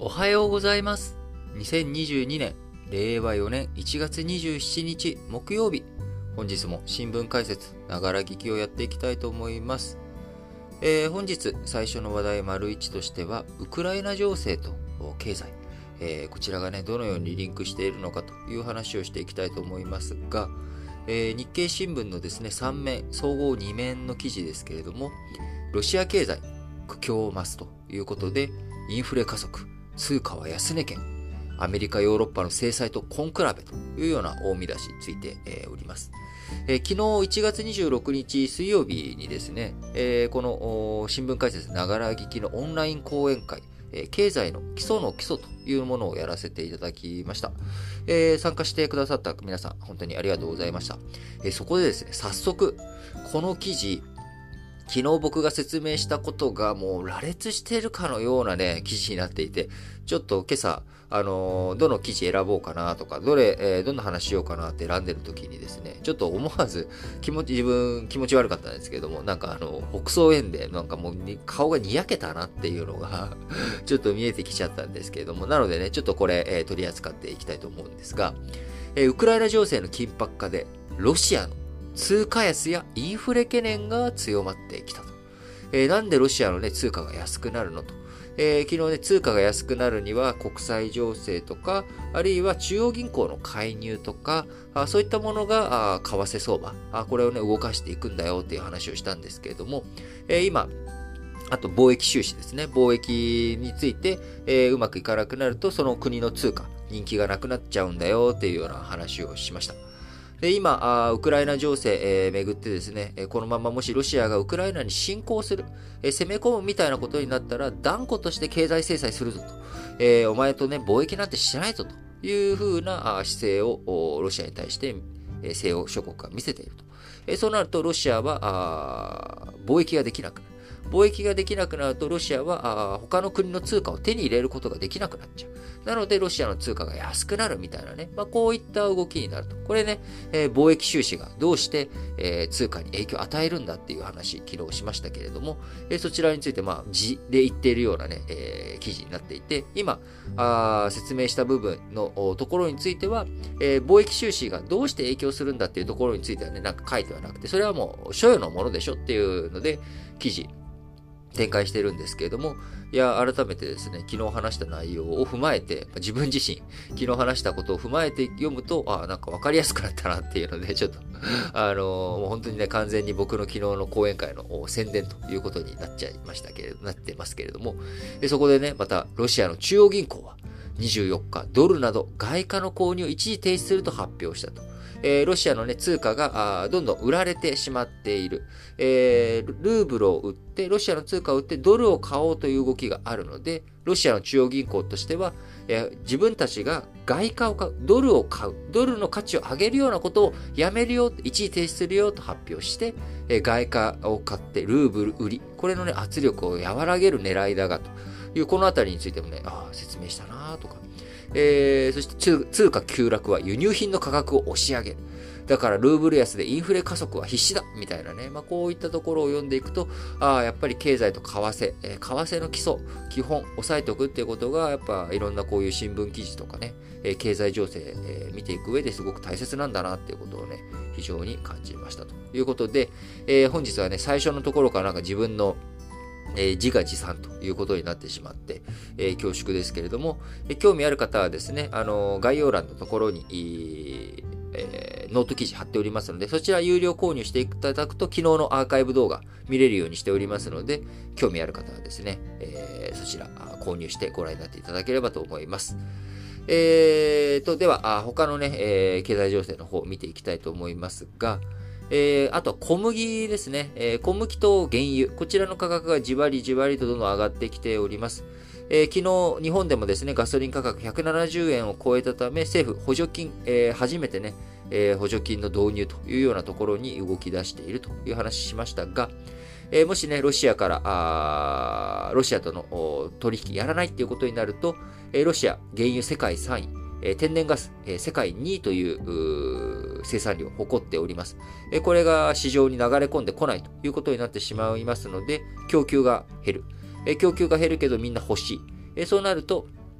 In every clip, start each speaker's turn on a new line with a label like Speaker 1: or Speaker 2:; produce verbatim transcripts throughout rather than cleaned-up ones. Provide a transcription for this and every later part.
Speaker 1: おはようございます。にせんにじゅうにねんれいわよねんいちがつにじゅうしちにち木曜日、本日も新聞解説ながら聞きをやっていきたいと思います。えー、本日最初の話題丸いちとしてはウクライナ情勢と経済、えー、こちらがねどのようにリンクしているのかという話をしていきたいと思いますが、えー、日経新聞のですねさんめん総合にめんの記事ですけれども、ロシア経済苦境を増すということで、インフレ加速、通貨は安値圏、アメリカヨーロッパの制裁と根比べというような大見出しについて、えー、おります。えー、昨日いちがつにじゅうろくにち水曜日にですね、えー、この新聞解説ながら聞きのオンライン講演会、えー、経済の基礎の基礎というものをやらせていただきました。えー、参加してくださった皆さん本当にありがとうございました。えー、そこでですね、早速この記事、昨日僕が説明したことがもう羅列しているかのようなね、記事になっていて、ちょっと今朝、あのー、どの記事選ぼうかなとか、どれ、えー、どんな話しようかなって選んでる時にですね、ちょっと思わず気持ち、自分気持ち悪かったんですけども、なんかあの、北総園でなんかもう顔がにやけたなっていうのが、ちょっと見えてきちゃったんですけれども、なのでね、ちょっとこれ、えー、取り扱っていきたいと思うんですが、えー、ウクライナ情勢の緊迫化で、ロシアの通貨安やインフレ懸念が強まってきたと。えー、なんでロシアのね、通貨が安くなるのと。えー、昨日ね、通貨が安くなるには国際情勢とか、あるいは中央銀行の介入とか、あそういったものが、あ為替相場あ、これをね、動かしていくんだよっていう話をしたんですけれども、えー、今、あと貿易収支ですね。貿易について、えー、うまくいかなくなると、その国の通貨、人気がなくなっちゃうんだよっていうような話をしました。で今、ウクライナ情勢、えー、めぐってですね、このままもしロシアがウクライナに侵攻する、えー、攻め込むみたいなことになったら、断固として経済制裁するぞと。えー、お前とね、貿易なんてしないぞというふうな姿勢をロシアに対して、えー、西欧諸国が見せていると。えー、そうなると、ロシアは貿易ができなくなる。貿易ができなくなると、ロシアは他の国の通貨を手に入れることができなくなっちゃう。なので、ロシアの通貨が安くなるみたいなね。まあ、こういった動きになると。これね、えー、貿易収支がどうして、えー、通貨に影響を与えるんだっていう話、昨日しましたけれども、えー、そちらについて、まあ、字で言っているようなね、えー、記事になっていて、今、あ説明した部分のところについては、えー、貿易収支がどうして影響するんだっていうところについてはね、なんか書いてはなくて、それはもう、所有のものでしょっていうので、記事、展開してるんですけれども、いや、改めてですね、昨日話した内容を踏まえて、自分自身、昨日話したことを踏まえて読むと、あなんか分かりやすくなったなっていうので、ちょっと、あのー、もう本当にね、完全に僕の昨日の講演会の宣伝ということになっちゃいましたけれど、なってますけれども、そこでね、また、ロシアの中央銀行は、にじゅうよっか、ドルなど外貨の購入を一時停止すると発表したと。えー、ロシアの、ね、通貨がどんどん売られてしまっている、えー。ルーブルを売って、ロシアの通貨を売ってドルを買おうという動きがあるので、ロシアの中央銀行としては、えー、自分たちが外貨を買う、ドルを買う、ドルの価値を上げるようなことをやめるよ、一時停止するよと発表して、えー、外貨を買ってルーブル売り、これの、ね、圧力を和らげる狙いだがという、このあたりについてもね、あ説明したなとか。えー、そして通貨急落は輸入品の価格を押し上げる。だからルーブル安でインフレ加速は必至だみたいなね。まあ、こういったところを読んでいくと、ああ、やっぱり経済と為替、えー、為替の基礎、基本、押さえておくっていうことが、やっぱいろんなこういう新聞記事とかね、えー、経済情勢、えー、見ていく上ですごく大切なんだなっていうことをね、非常に感じましたということで、えー、本日はね、最初のところからなんか自分のえー、自画自賛ということになってしまって、えー、恐縮ですけれども、えー、興味ある方はですね、あのー、概要欄のところに、えー、ノート記事貼っておりますので、そちら有料購入していただくと、昨日のアーカイブ動画見れるようにしておりますので、興味ある方はですね、えー、そちら購入してご覧になっていただければと思います。えーと、では、他のね、えー、経済情勢の方を見ていきたいと思いますが、えー、あとは小麦ですね、えー。小麦と原油。こちらの価格がじわりじわりとどんどん上がってきております。えー、昨日、日本でもですね、ガソリン価格ひゃくななじゅうえんを超えたため、政府補助金、えー、初めてね、えー、補助金の導入というようなところに動き出しているという話しましたが、えー、もしね、ロシアから、あロシアとの取引やらないっていうことになると、えー、ロシア、原油世界さんい、え天然ガス、え世界にいという生産量を誇っております。えこれが市場に流れ込んでこないということになってしまいますので、供給が減る。え供給が減るけどみんな欲しい。えそうなると、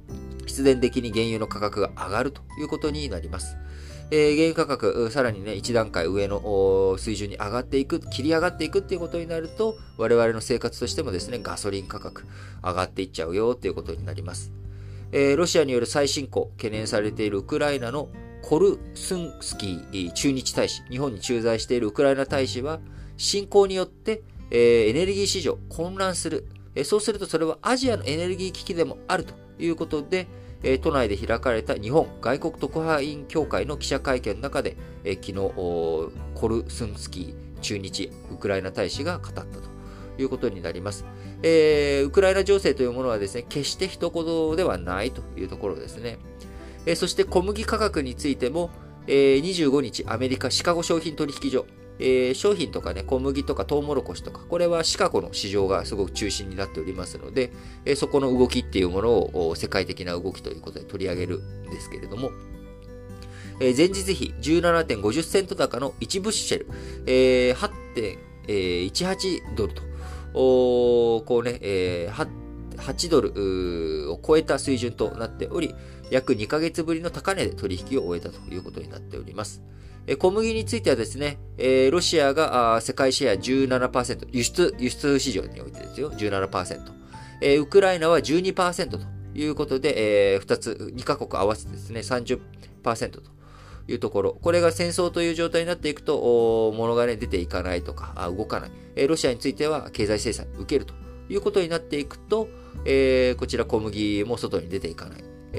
Speaker 1: 必然的に原油の価格が上がるということになります。えー、原油価格、さらにね、一段階上の水準に上がっていく、切り上がっていくっていうことになると、我々の生活としてもですね、ガソリン価格上がっていっちゃうよっていうことになります。えー、ロシアによる再侵攻、懸念されているウクライナのコルスンスキー駐日大使、日本に駐在しているウクライナ大使は、侵攻によって、えー、エネルギー市場混乱する、えー。そうするとそれはアジアのエネルギー危機でもあるということで、えー、都内で開かれた日本外国特派員協会の記者会見の中で、えー、昨日、コルスンスキー駐日ウクライナ大使が語ったということになります。えー、ウクライナ情勢というものはですね、決して一言ではないというところですね。えー、そして小麦価格についても、えー、にじゅうごにちアメリカシカゴ商品取引所、えー、商品とかね、小麦とかトウモロコシとか、これはシカゴの市場がすごく中心になっておりますので、えー、そこの動きっていうものを世界的な動きということで取り上げるんですけれども、えー、前日比 じゅうななてんごじゅっセント高のいちブッシェル、えー、はちてんいちはちドルと、おこうね、えー、はちドルを超えた水準となっており、約にかげつぶりの高値で取引を終えたということになっております。小麦についてはですね、ロシアが世界シェア じゅうななパーセント、輸出、輸出市場においてですよ、じゅうななパーセント。ウクライナは じゅうにパーセント ということで、ふたつ、にカ国合わせてですね、さんじゅっパーセント というところ。これが戦争という状態になっていくと、物がね、出ていかないとか、動かない。ロシアについては経済制裁を受けるということになっていくと、こちら小麦も外に出ていかない。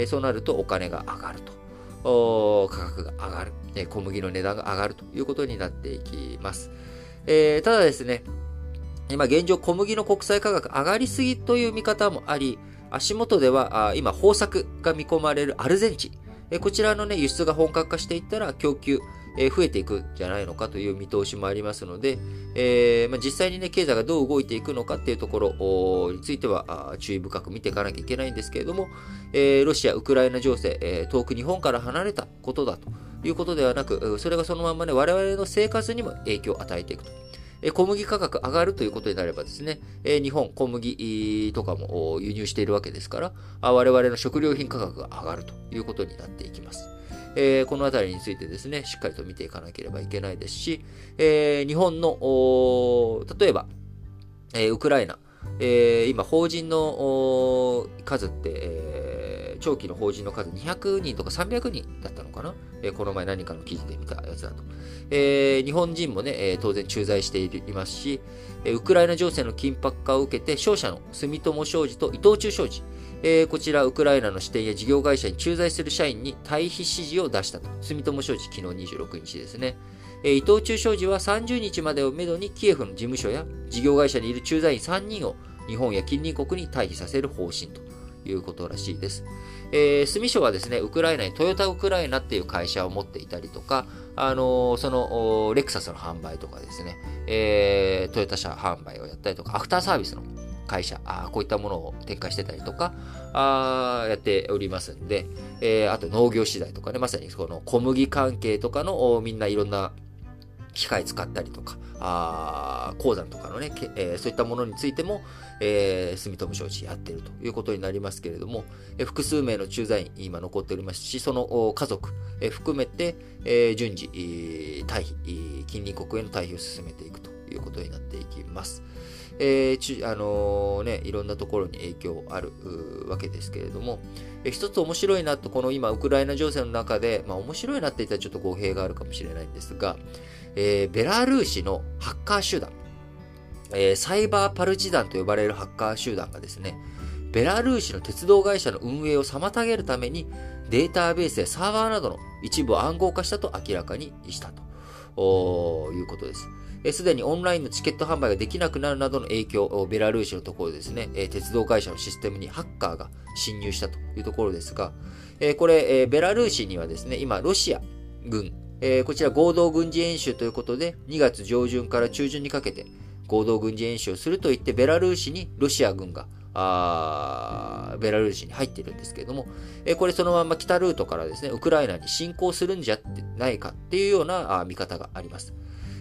Speaker 1: そうなるとお金が上がると。価格が上がる、小麦の値段が上がるということになっていきます。えー、ただですね、今現状小麦の国際価格上がりすぎという見方もあり、足元では今豊作が見込まれるアルゼンチン、こちらのね、輸出が本格化していったら供給、増えていくんじゃないのかという見通しもありますので、えーまあ、実際にね、経済がどう動いていくのかっていうところについては注意深く見ていかなきゃいけないんですけれども、えー、ロシア、ウクライナ情勢、えー、遠く日本から離れたことだということではなく、それがそのままね、我々の生活にも影響を与えていくと。小麦価格上がるということになればですね、日本小麦とかも輸入しているわけですから、我々の食料品価格が上がるということになっていきます。えー、このあたりについてですね、しっかりと見ていかなければいけないですし、えー、日本の、例えば、えー、ウクライナ、えー、今、法人の数って、えー、長期の法人の数にひゃくにんとかさんびゃくにんだったのかな、えー、この前何かの記事で見たやつだと。えー、日本人もね、えー、当然駐在していますし、えー、ウクライナ情勢の緊迫化を受けて、商社の住友商事と伊藤忠商事、えー、こちら、ウクライナの支店や事業会社に駐在する社員に退避指示を出したと。住友商事、昨日にじゅうろくにちですね。えー、伊藤忠商事はさんじゅうにちまでをめどにキエフの事務所や事業会社にいる駐在員さんにんを日本や近隣国に退避させる方針ということらしいです。えー、住所はですね、ウクライナにトヨタウクライナっていう会社を持っていたりとか、あのー、その、レクサスの販売とかですね、えー、トヨタ車販売をやったりとか、アフターサービスの会社、あこういったものを展開してたりとか、あやっておりますんで、えー、あと農業資材とかね、まさにこの小麦関係とかのみんないろんな機械使ったりとか、あ鉱山とかのね、えー、そういったものについても、えー、住友商事やっているということになりますけれども、えー、複数名の駐在員今残っておりますし、その家族、えー、含めて、えー、順次、えー、退避、近隣国への退避を進めていくということになっていきます。えーちあのーね、いろんなところに影響あるわけですけれども、えー、一つ面白いなと、この今ウクライナ情勢の中で、まあ面白いなって言ったらちょっと語弊があるかもしれないんですが、えー、ベラルーシのハッカー集団、えー、サイバーパルチダンと呼ばれるハッカー集団がですね、ベラルーシの鉄道会社の運営を妨げるためにデータベースやサーバーなどの一部を暗号化したと明らかにしたということです。すでにオンラインのチケット販売ができなくなるなどの影響、ベラルーシのところですね、鉄道会社のシステムにハッカーが侵入したというところですが、これ、ベラルーシにはですね、今、ロシア軍、こちら合同軍事演習ということで、にがつ上旬から中旬にかけて合同軍事演習をすると言って、ベラルーシにロシア軍が、あベラルーシに入っているんですけれども、これそのまま北ルートからですね、ウクライナに侵攻するんじゃないかっていうような見方があります。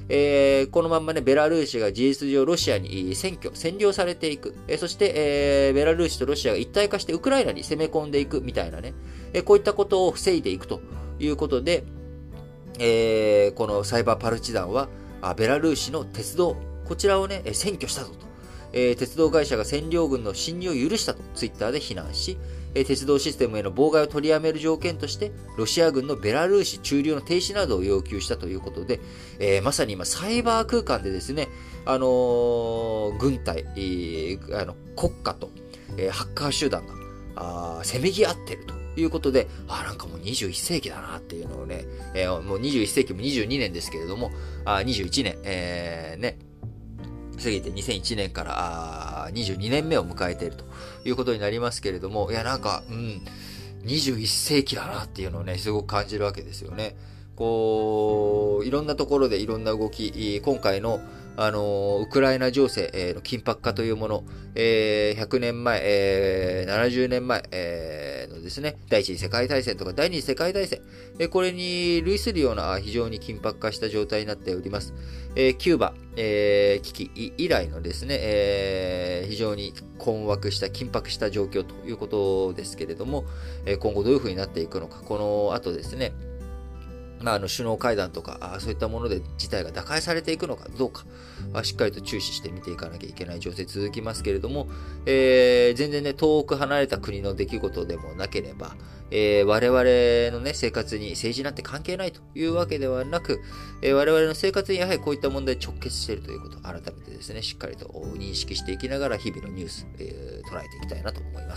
Speaker 1: えー、このまんまね、ベラルーシが事実上ロシアに占拠、占領されていく。えー、そして、えー、ベラルーシとロシアが一体化してウクライナに攻め込んでいくみたいなね、えー、こういったことを防いでいくということで、えー、このサイバーパルチザンは、あベラルーシの鉄道、こちらをね、占拠したぞと。えー、鉄道会社が占領軍の侵入を許したとツイッターで非難し、えー、鉄道システムへの妨害を取りやめる条件として、ロシア軍のベラルーシ駐留の停止などを要求したということで、えー、まさに今、サイバー空間でですね、あのー、軍隊、えー、あの国家と、えー、ハッカー集団が、あせめぎ合っているということで、あ、なんかもうにじゅういっ世紀だなっていうのをね、えー、もうにじゅういっ世紀もにじゅうにねんですけれども、あにじゅういちねん、えー、ね、過ぎてにせんいちねんからにじゅうにねんめを迎えているということになりますけれども、いやなんか、うん、にじゅういっ世紀だなっていうのをね、すごく感じるわけですよね。こう、いろんなところでいろんな動き、今回のあの、ウクライナ情勢の緊迫化というもの、えー、ひゃくねんまえ、えー、ななじゅうねんまえ、えー、のですね、第一次世界大戦とか第二次世界大戦、えー、これに類するような非常に緊迫化した状態になっております。えー、キューバ、えー、危機以来のですね、えー、非常に困惑した、緊迫した状況ということですけれども、えー、今後どういうふうになっていくのか、この後ですね、まあ、あの首脳会談とかあそういったもので事態が打開されていくのかどうかしっかりと注視して見ていかなきゃいけない情勢続きますけれども、えー、全然ね遠く離れた国の出来事でもなければ、えー、我々のね生活に政治なんて関係ないというわけではなく、えー、我々の生活にやはりこういった問題直結しているということを改めてですねしっかりと認識していきながら日々のニュース、えー、捉えていきたいなと思います。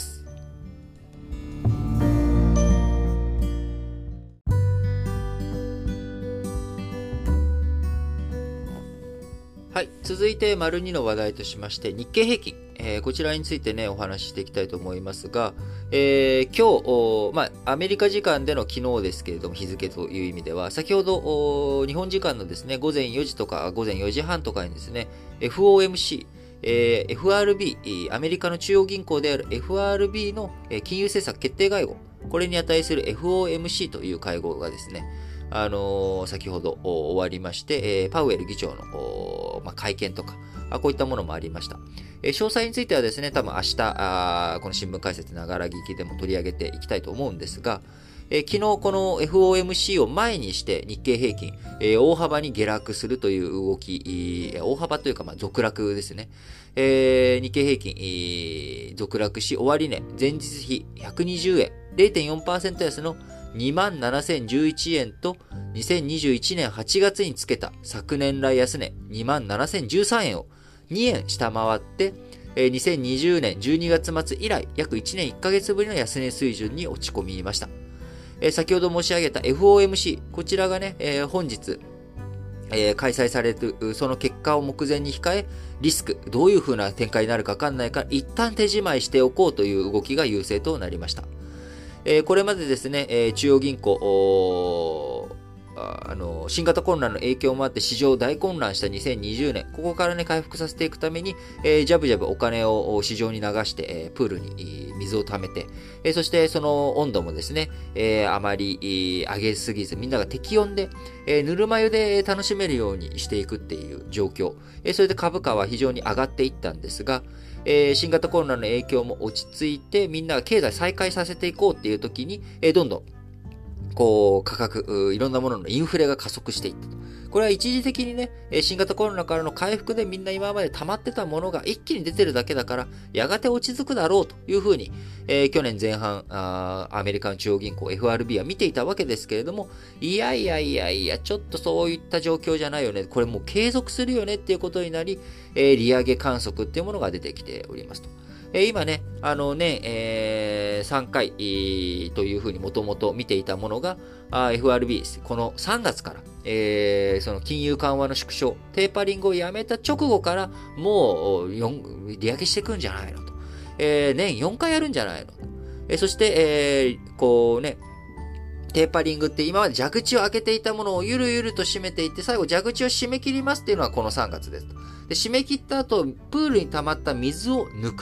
Speaker 1: はい。続いて、丸にの話題としまして、日経平均。えー、こちらについてね、お話ししていきたいと思いますが、えー、今日、まあ、アメリカ時間での昨日ですけれども、日付という意味では、先ほど、日本時間のですね、午前よじとか午前よじはんとかにですね、エフオーエムシー、えー、エフアールビー、アメリカの中央銀行である エフアールビー の金融政策決定会合、これに値する エフオーエムシー という会合がですね、あのー、先ほど終わりまして、えー、パウエル議長の、まあ、会見とかあ、こういったものもありました。えー、詳細についてはですね、多分明日、あこの新聞解説ながら聞きでも取り上げていきたいと思うんですが、えー、昨日この エフオーエムシー を前にして日経平均、えー、大幅に下落するという動き、大幅というか、まあ、続落ですね。えー、日経平均、えー、続落し、終値、前日比ひゃくにじゅうえん、れいてんよんパーセント 安のにまんななせんじゅういちえんとにせんにじゅういちねんはちがつにつけた昨年来安値 にまんななせんじゅうさんえんをにえん下回って、にせんにじゅうねんじゅうにがつ末以来約いちねんいっかげつぶりの安値水準に落ち込みました。先ほど申し上げた エフオーエムシー、こちらがね、本日開催されるその結果を目前に控え、リスク、どういう風な展開になるか分かんないから一旦手仕舞いしておこうという動きが優勢となりました。えー、これまでですね、えー、中央銀行、あの、新型コロナの影響もあって市場大混乱したにせんにじゅうねん、ここからね、回復させていくために、えー、ジャブジャブお金を市場に流して、えー、プールに水を溜めて、えー、そしてその温度もですね、えー、あまり上げすぎず、みんなが適温で、えー、ぬるま湯で楽しめるようにしていくっていう状況、えー、それで株価は非常に上がっていったんですが、えー、新型コロナの影響も落ち着いて、みんなが経済再開させていこうっていう時に、えー、どんどん、こう、価格、いろんなもののインフレが加速していったと。これは一時的にね、新型コロナからの回復でみんな今まで溜まってたものが一気に出てるだけだから、やがて落ち着くだろうというふうに、えー、去年前半あ、アメリカの中央銀行 エフアールビー は見ていたわけですけれども、いやいやいやいや、ちょっとそういった状況じゃないよね。これもう継続するよねっていうことになり、えー、利上げ観測っていうものが出てきておりますと。えー、今ね、あのね、えー、さんかい、えー、というふうにもともと見ていたものが、エフアールビー、このさんがつから、えー、その金融緩和の縮小、テーパリングをやめた直後から、もう、利上げしていくんじゃないのと。えー、年よんかいやるんじゃないのと。えー、そして、えー、こうね、テーパリングって今まで蛇口を開けていたものをゆるゆると締めていって、最後蛇口を締め切りますっていうのはこのさんがつですと。で、締め切った後、プールに溜まった水を抜く。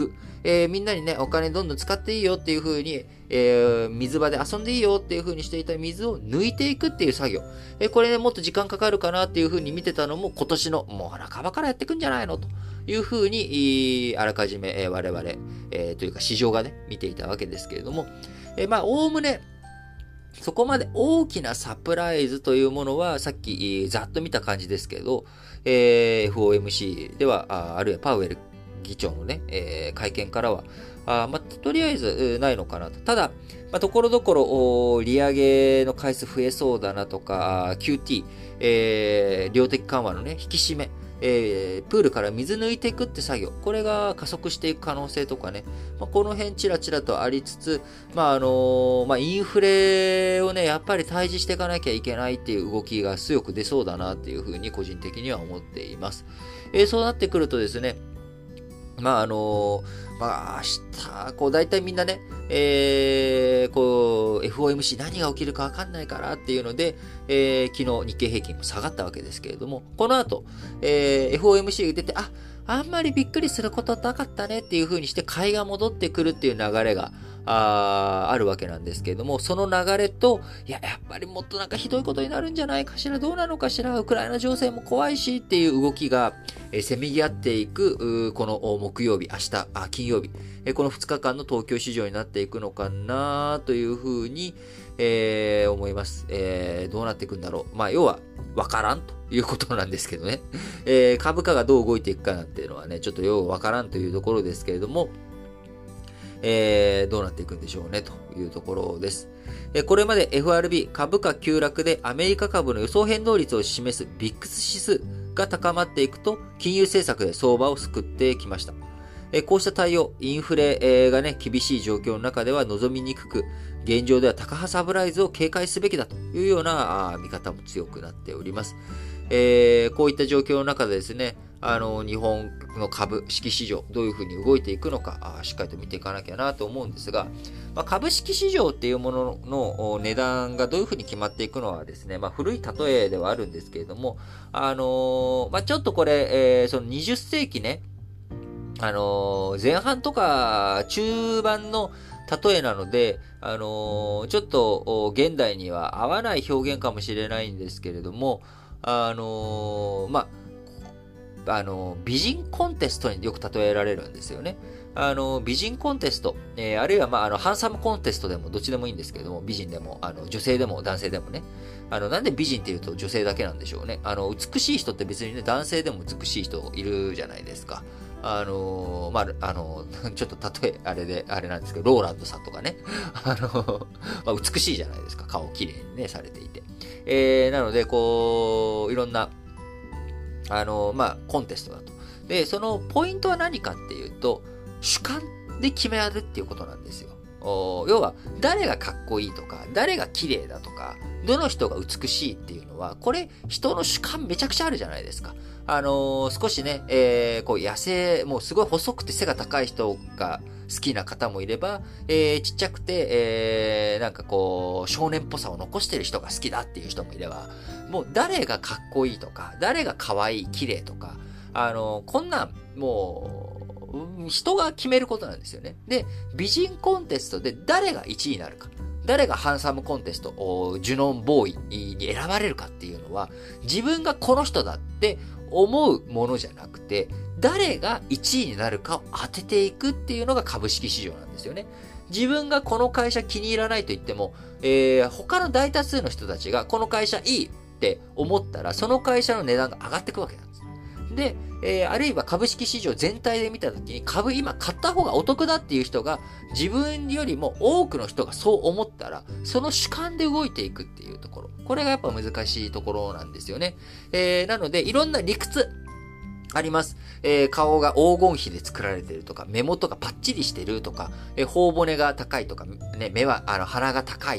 Speaker 1: えー、みんなにね、お金どんどん使っていいよっていう風に、えー、水場で遊んでいいよっていう風にしていた水を抜いていくっていう作業。えー、これね、もっと時間かかるかなっていう風に見てたのも今年のもう半ばからやってくんじゃないのという風に、あらかじめ、えー、我々、えー、というか市場がね、見ていたわけですけれども、えー、まあ、おおむね、そこまで大きなサプライズというものは、さっきざっと見た感じですけど、えー、エフオーエムシー では、あ, あるいはパウエル議長のね、えー、会見からは、あまあ、とりあえずないのかなと。ただ、まあ、ところどころ利上げの回数増えそうだなとか、キューティー、えー、量的緩和のね、引き締め、えー、プールから水抜いていくって作業、これが加速していく可能性とかね、まあ、この辺ちらちらとありつつ、まああのー、まあ、インフレをね、やっぱり対峙していかなきゃいけないっていう動きが強く出そうだなっていうふうに個人的には思っています。えー、そうなってくるとですね、まああのー、まあ明日、こう大体みんなね、えー、こう エフオーエムシー 何が起きるかわかんないからっていうので、えー、昨日日経平均も下がったわけですけれども、この後、えー、エフオーエムシー が出て、あ、あんまりびっくりすることなかったねっていう風にして買いが戻ってくるっていう流れが、あ, あるわけなんですけれども、その流れと、いや、やっぱりもっとなんかひどいことになるんじゃないかしら、どうなのかしら、ウクライナ情勢も怖いしっていう動きが、えー、せめぎ合っていく、この木曜日、明日、あ金曜日、えー、このふつかかんの東京市場になっていくのかなという風に、えー、思います、えー。どうなっていくんだろう。まあ、要は、わからんということなんですけどね。えー、株価がどう動いていくかなんていうのはね、ちょっとようわからんというところですけれども、えー、どうなっていくんでしょうねというところです。えー、これまで エフアールビー 株価急落でアメリカ株の予想変動率を示すビックス指数が高まっていくと、金融政策で相場を救ってきました。えー、こうした対応、インフレがね、厳しい状況の中では望みにくく、現状では高派サプライズを警戒すべきだというような見方も強くなっております。えー、こういった状況の中でですね、あの、日本の株式市場、どういうふうに動いていくのか、あしっかりと見ていかなきゃなと思うんですが、まあ、株式市場っていうものの値段がどういうふうに決まっていくのはですね、まあ、古い例えではあるんですけれども、あのー、まあ、ちょっとこれ、えー、そのにじゅっせいきね、あのー、前半とか中盤の例えなので、あのー、ちょっと現代には合わない表現かもしれないんですけれども、あのー、まあ、あのー、美人コンテストによく例えられるんですよね。あのー、美人コンテスト、えー、あるいは、まあ、あの、ハンサムコンテストでもどっちでもいいんですけれども、美人でも、あの、女性でも男性でもね。あの、なんで美人って言うと女性だけなんでしょうね。あの、美しい人って別にね、男性でも美しい人いるじゃないですか。あのー、まあ、あのー、ちょっと例え、あれで、あれなんですけど、ローランドさんとかね。あのー、まあ、美しいじゃないですか。顔綺麗にね、されていて。えー、なので、こう、いろんな、あのー、まあ、コンテストだと。で、そのポイントは何かっていうと、主観で決めるっていうことなんですよ。要は、誰がかっこいいとか、誰が綺麗だとか、どの人が美しいっていうのは、これ、人の主観めちゃくちゃあるじゃないですか。あのー、少しね、えー、こう、野生、もうすごい細くて背が高い人が好きな方もいれば、えー、ちっちゃくて、えー、なんかこう、少年っぽさを残してる人が好きだっていう人もいれば、もう誰がかっこいいとか、誰が可愛い、綺麗とか、あのー、こんなん、もう、人が決めることなんですよね。で、美人コンテストで誰がいちいになるか。誰がハンサムコンテスト、ジュノンボーイに選ばれるかっていうのは、自分がこの人だって思うものじゃなくて、誰がいちいになるかを当てていくっていうのが株式市場なんですよね。自分がこの会社気に入らないと言っても、えー、他の大多数の人たちがこの会社いいって思ったら、その会社の値段が上がっていくわけなんです。で、えー、あるいは株式市場全体で見たときに株今買った方がお得だっていう人が自分よりも多くの人がそう思ったらその主観で動いていくっていうところ。これがやっぱ難しいところなんですよね。えー、なのでいろんな理屈あります。えー、顔が黄金比で作られているとか、目元がパッチリしてるとか、えー、頬骨が高いとか、ね、目は、あの、鼻が高いとか、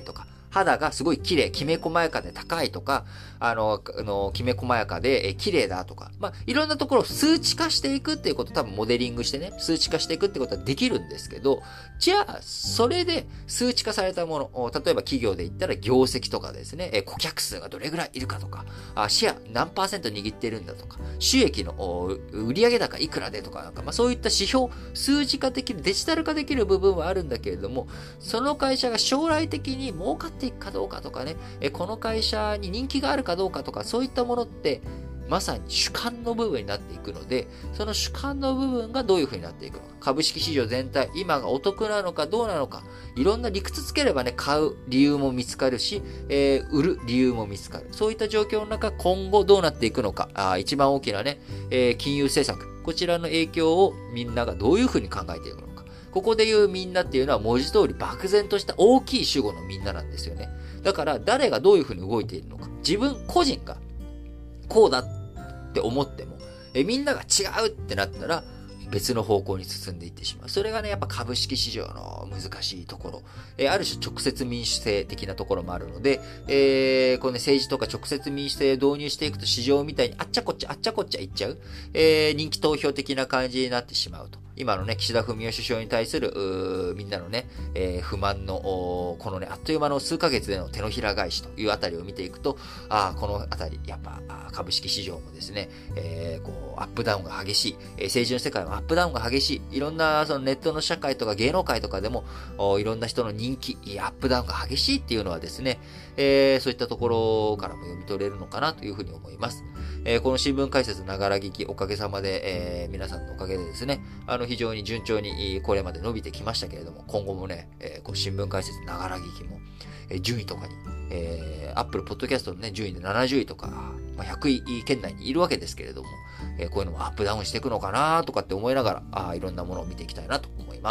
Speaker 1: 肌がすごい綺麗、きめ細やかで高いとか、あの、あのきめ細やかで、え綺麗だとか、まあ、いろんなところを数値化していくっていうこと、多分モデリングしてね、数値化していくってことはできるんですけど、じゃあ、それで数値化されたもの、例えば企業で言ったら業績とかですね、え顧客数がどれぐらいいるかとか、あシェア何パーセント握ってるんだとか、収益の売上高いくらでとか、なんか、まあ、そういった指標、数字化できる、デジタル化できる部分はあるんだけれども、その会社が将来的に儲かっていくかどうかとかね、えこの会社に人気があるかどうかとか、そういったものって、まさに主観の部分になっていくので、その主観の部分がどういう風になっていくのか。株式市場全体、今がお得なのかどうなのか、いろんな理屈つければね、買う理由も見つかるし、えー、売る理由も見つかる。そういった状況の中、今後どうなっていくのか、あ一番大きなね、えー、金融政策、こちらの影響をみんながどういう風に考えていくのか。ここで言うみんなっていうのは文字通り漠然とした大きい主語のみんななんですよね。だから誰がどういう風に動いているのか。自分個人がこうだって思っても、えみんなが違うってなったら別の方向に進んでいってしまう。それがね、やっぱ株式市場の難しいところ。えある種直接民主制的なところもあるので、えー、このね、政治とか直接民主制を導入していくと市場みたいにあっちゃこっちゃあっちゃこっちゃいっちゃう。えー、人気投票的な感じになってしまうと。今のね、岸田文雄首相に対する、みんなのね、えー、不満の、このね、あっという間の数ヶ月での手のひら返しというあたりを見ていくと、ああ、このあたり、やっぱ、株式市場もですね、えー、こう、アップダウンが激しい、えー、政治の世界もアップダウンが激しい、いろんな、そのネットの社会とか芸能界とかでも、いろんな人の人気、アップダウンが激しいっていうのはですね、えー、そういったところからも読み取れるのかなというふうに思います。えー、この新聞解説ながら聞き、おかげさまで、えー、皆さんのおかげでですね、あの、非常に順調にこれまで伸びてきましたけれども、今後もね、えー、こう新聞解説ながら聞きも、えー、順位とかに、えー、Apple Podcast のね、順位でななじゅういとか、まあ、ひゃくい圏内にいるわけですけれども、えー、こういうのもアップダウンしていくのかなとかって思いながら、あいろんなものを見ていきたいなと思います。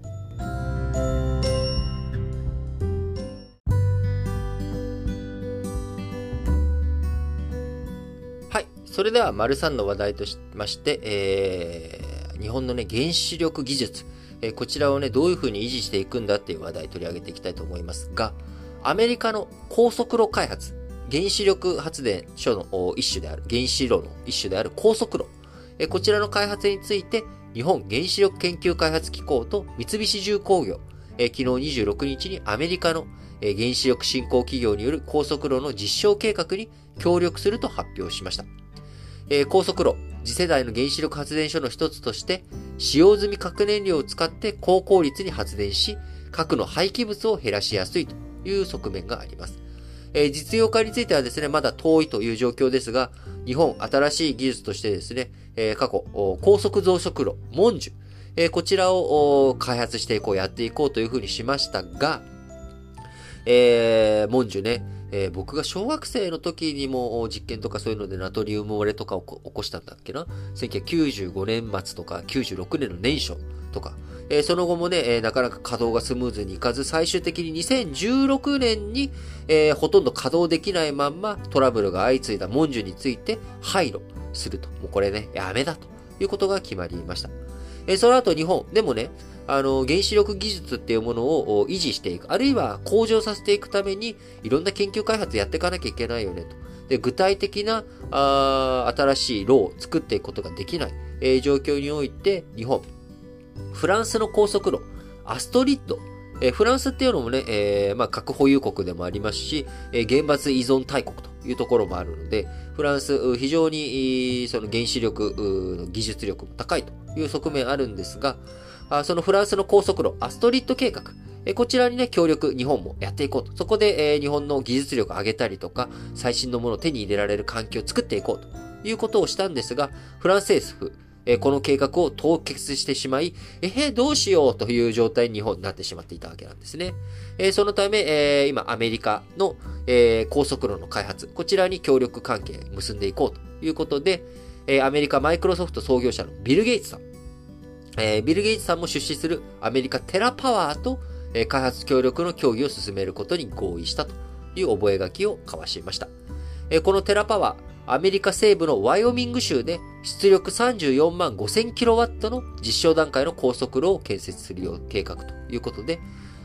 Speaker 1: はい。それでは、丸さんの話題としまして、えー、日本のね、原子力技術、えー、こちらをね、どういうふうに維持していくんだっていう話題を取り上げていきたいと思いますが、アメリカの高速炉開発、原子力発電所の一種である、原子炉の一種である高速炉、えー、こちらの開発について、日本原子力研究開発機構と三菱重工業、えー、昨日にじゅうろくにちにアメリカの原子力振興企業による高速炉の実証計画に協力すると発表しました。えー、高速炉、次世代の原子力発電所の一つとして、使用済み核燃料を使って高効率に発電し、核の廃棄物を減らしやすいという側面があります。えー、実用化についてはですね、まだ遠いという状況ですが、日本新しい技術としてですね、えー、過去、高速増殖炉、モンジュ、えー、こちらを開発していこう、やっていこうというふうにしましたが、えー、モンジュね、えー、僕が小学生の時にも実験とかそういうのでナトリウム漏れとかを起こしたんだっけな。せんきゅうひゃくきゅうじゅうごねん末とかきゅうじゅうろくねんの年初とか、えー、その後もね、えー、なかなか稼働がスムーズにいかず、最終的ににせんじゅうろくねんに、えー、ほとんど稼働できないまんまトラブルが相次いだモンジュについて廃炉すると。もうこれね、やめだということが決まりました。えー、その後日本でもね、あの、原子力技術っていうものを維持していく、あるいは向上させていくために、いろんな研究開発やっていかなきゃいけないよねと。で、具体的な、あ新しい炉を作っていくことができない、えー、状況において、日本、フランスの高速炉、アストリッド、えー、フランスっていうのもね、えー、まあ、核保有国でもありますし、えー、原発依存大国というところもあるので、フランス、非常に、その原子力の技術力も高いという側面あるんですが、そのフランスの高速炉、アストリッド計画、こちらにね、協力、日本もやっていこうと。そこで、えー、日本の技術力を上げたりとか、最新のものを手に入れられる環境を作っていこうということをしたんですが、フランス政府、えー、この計画を凍結してしまい、えー、どうしようという状態に日本になってしまっていたわけなんですね。えー、そのため、えー、今、アメリカの、えー、高速炉の開発、こちらに協力関係を結んでいこうということで、えー、アメリカマイクロソフト創業者のビル・ゲイツさん、えー、ビル・ゲイツさんも出資するアメリカテラパワーと、えー、開発協力の協議を進めることに合意したという覚書を交わしました。えー、このテラパワー、アメリカ西部のワイオミング州で出力さんじゅうよんまんごせんキロワットの実証段階の高速炉を建設するよう計画ということで、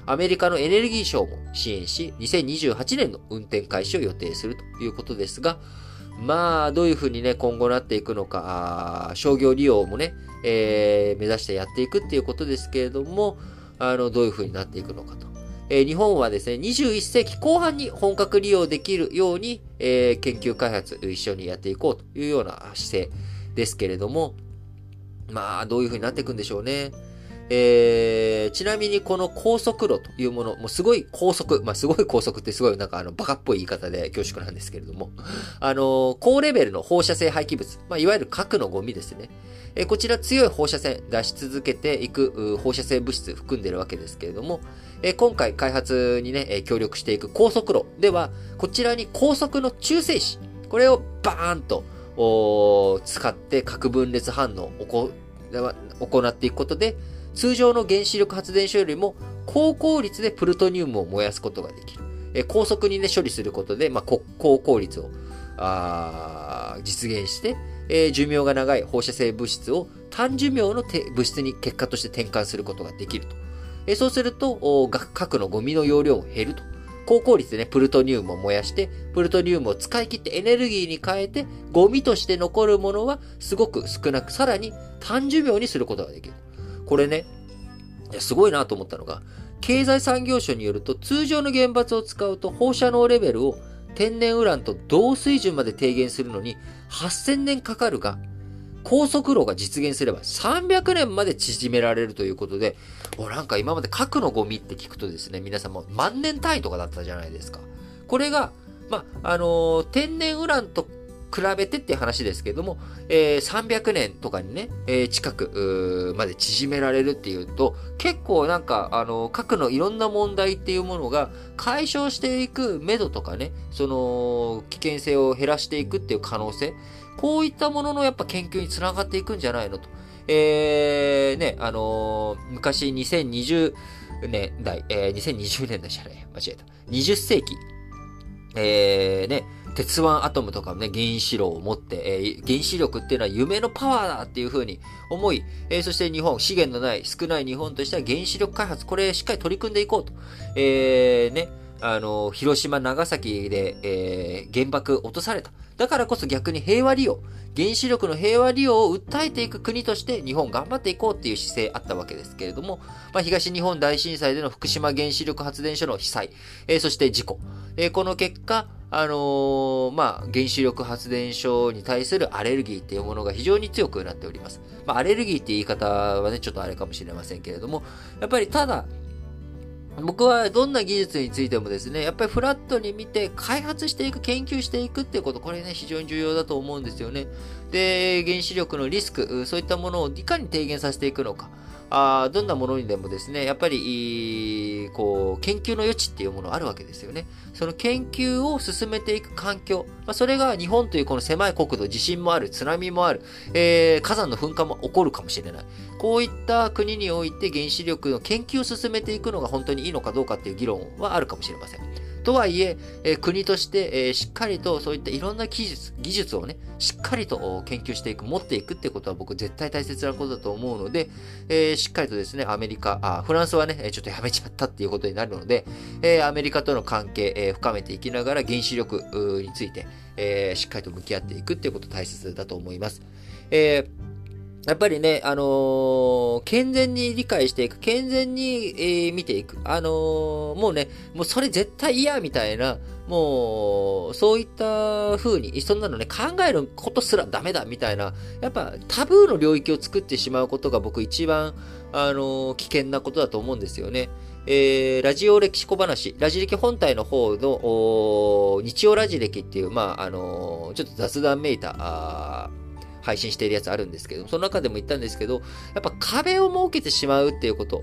Speaker 1: アメリカのエネルギー省も支援し、にせんにじゅうはちねんの運転開始を予定するということですが、まあ、どういうふうにね、今後なっていくのか、商業利用もね、えー、目指してやっていくっていうことですけれども、あの、どういうふうになっていくのかと。えー、日本はですね、にじゅういっせいきこう半に本格利用できるように、えー、研究開発一緒にやっていこうというような姿勢ですけれども、まあ、どういうふうになっていくんでしょうね。えー、ちなみにこの高速炉というもの、もうすごい高速、まあすごい高速ってすごいなんかあのバカっぽい言い方で恐縮なんですけれども、あの、高レベルの放射性廃棄物、まあいわゆる核のゴミですね。えー、こちら強い放射線出し続けていく放射性物質含んでるわけですけれども、えー、今回開発にね、協力していく高速炉では、こちらに高速の中性子、これをバーンと使って核分裂反応を行っていくことで、通常の原子力発電所よりも高効率でプルトニウムを燃やすことができる。え高速にね、処理することで、まあ、高効率をあ実現して、えー、寿命が長い放射性物質を短寿命の物質に結果として転換することができると。えー、そうすると、核のゴミの容量も減ると。高効率でね、プルトニウムを燃やして、プルトニウムを使い切ってエネルギーに変えて、ゴミとして残るものはすごく少なく、さらに短寿命にすることができる。これね、すごいなと思ったのが、経済産業省によると通常の原発を使うと放射能レベルを天然ウランと同水準まで低減するのにはっせんねんかかるが、高速炉が実現すればさんびゃくねんまで縮められるということで、おなんか今まで核のゴミって聞くとですね、皆さんも万年単位とかだったじゃないですか。これが、まあ、あのー、天然ウランと比べてっていう話ですけども、えー、さんびゃくねんとかにね、えー、近くまで縮められるっていうと、結構なんか、あの、核のいろんな問題っていうものが解消していく目処とかね、その、危険性を減らしていくっていう可能性、こういったもののやっぱ研究につながっていくんじゃないのと。えー、ね、あのー、昔にせんにじゅうねんだい、えー、にせんにじゅうねんだいじゃない、間違えた。にじゅっせいき、えー、ね、鉄腕アトムとかね、原子炉を持って、えー、原子力っていうのは夢のパワーだっていう風に思い、えー、そして日本、資源のない、少ない日本としては原子力開発、これしっかり取り組んでいこうと。えー、ね、あの、広島、長崎で、えー、原爆落とされた。だからこそ逆に平和利用、原子力の平和利用を訴えていく国として日本頑張っていこうっていう姿勢あったわけですけれども、まあ、東日本大震災での福島原子力発電所の被災、えー、そして事故、えー、この結果、あのー、まあ、原子力発電所に対するアレルギーっていうものが非常に強くなっております。まあ、アレルギーって言い方はね、ちょっとあれかもしれませんけれども、やっぱりただ、僕はどんな技術についてもですね、やっぱりフラットに見て開発していく、研究していくっていうこと、これね、非常に重要だと思うんですよね。で、原子力のリスク、そういったものをいかに低減させていくのか。あどんなものにでもですね、やっぱり、こう、研究の余地っていうものあるわけですよね。その研究を進めていく環境。まあ、それが日本というこの狭い国土、地震もある、津波もある、えー、火山の噴火も起こるかもしれない。こういった国において原子力の研究を進めていくのが本当にいいのかどうかっていう議論はあるかもしれません。とはいえ、えー、国として、えー、しっかりとそういったいろんな技術、技術をね、しっかりと研究していく、持っていくってことは僕絶対大切なことだと思うので、えー、しっかりとですね、アメリカ、あ、フランスはね、ちょっとやめちゃったっていうことになるので、えー、アメリカとの関係、えー、深めていきながら原子力について、えー、しっかりと向き合っていくっていうこと大切だと思います。えーやっぱりね、あのー、健全に理解していく、健全に、えー、見ていく。あのー、もうね、もうそれ絶対嫌みたいな、もう、そういった風に、そんなのね、考えることすらダメだみたいな、やっぱタブーの領域を作ってしまうことが僕一番、あのー、危険なことだと思うんですよね。えー、ラジオ歴史小話、ラジ歴本体の方の、日曜ラジ歴っていう、まあ、あのー、ちょっと雑談めいた、配信しているやつあるんですけど、その中でも言ったんですけど、やっぱ壁を設けてしまうっていうこと、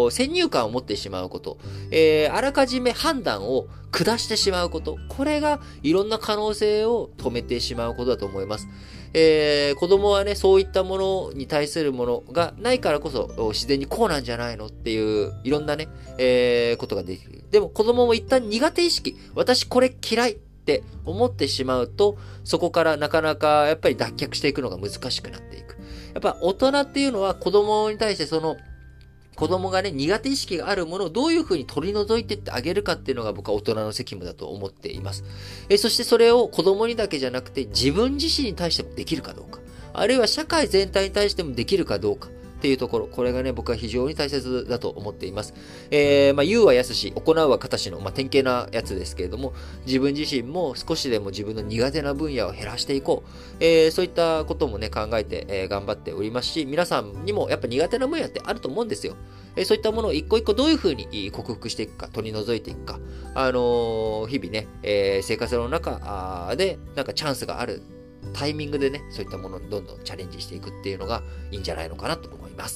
Speaker 1: 先入観を持ってしまうこと、えー、あらかじめ判断を下してしまうこと、これがいろんな可能性を止めてしまうことだと思います。えー、子供はね、そういったものに対するものがないからこそ、自然にこうなんじゃないのっていう、いろんなね、えー、ことができる。でも子供も一旦苦手意識、私これ嫌いって思ってしまうと、そこからなかなかやっぱり脱却していくのが難しくなっていく。やっぱ大人っていうのは子供に対してその子供がね、苦手意識があるものをどういうふうに取り除いてってあげるかっていうのが僕は大人の責務だと思っています。えそしてそれを子供にだけじゃなくて自分自身に対してもできるかどうか。あるいは社会全体に対してもできるかどうか。っていうところ、これがね、僕は非常に大切だと思っています。えー、まあ、言うはやすし、行うは形の、まあ、典型なやつですけれども、自分自身も少しでも自分の苦手な分野を減らしていこう。えー、そういったこともね、考えて、えー、頑張っておりますし、皆さんにもやっぱ苦手な分野ってあると思うんですよ。えー、そういったものを一個一個どういうふうに克服していくか、取り除いていくか、あのー、日々ね、えー、生活の中で、なんかチャンスがあるタイミングでね、そういったものにどんどんチャレンジしていくっていうのがいいんじゃないのかなと思います。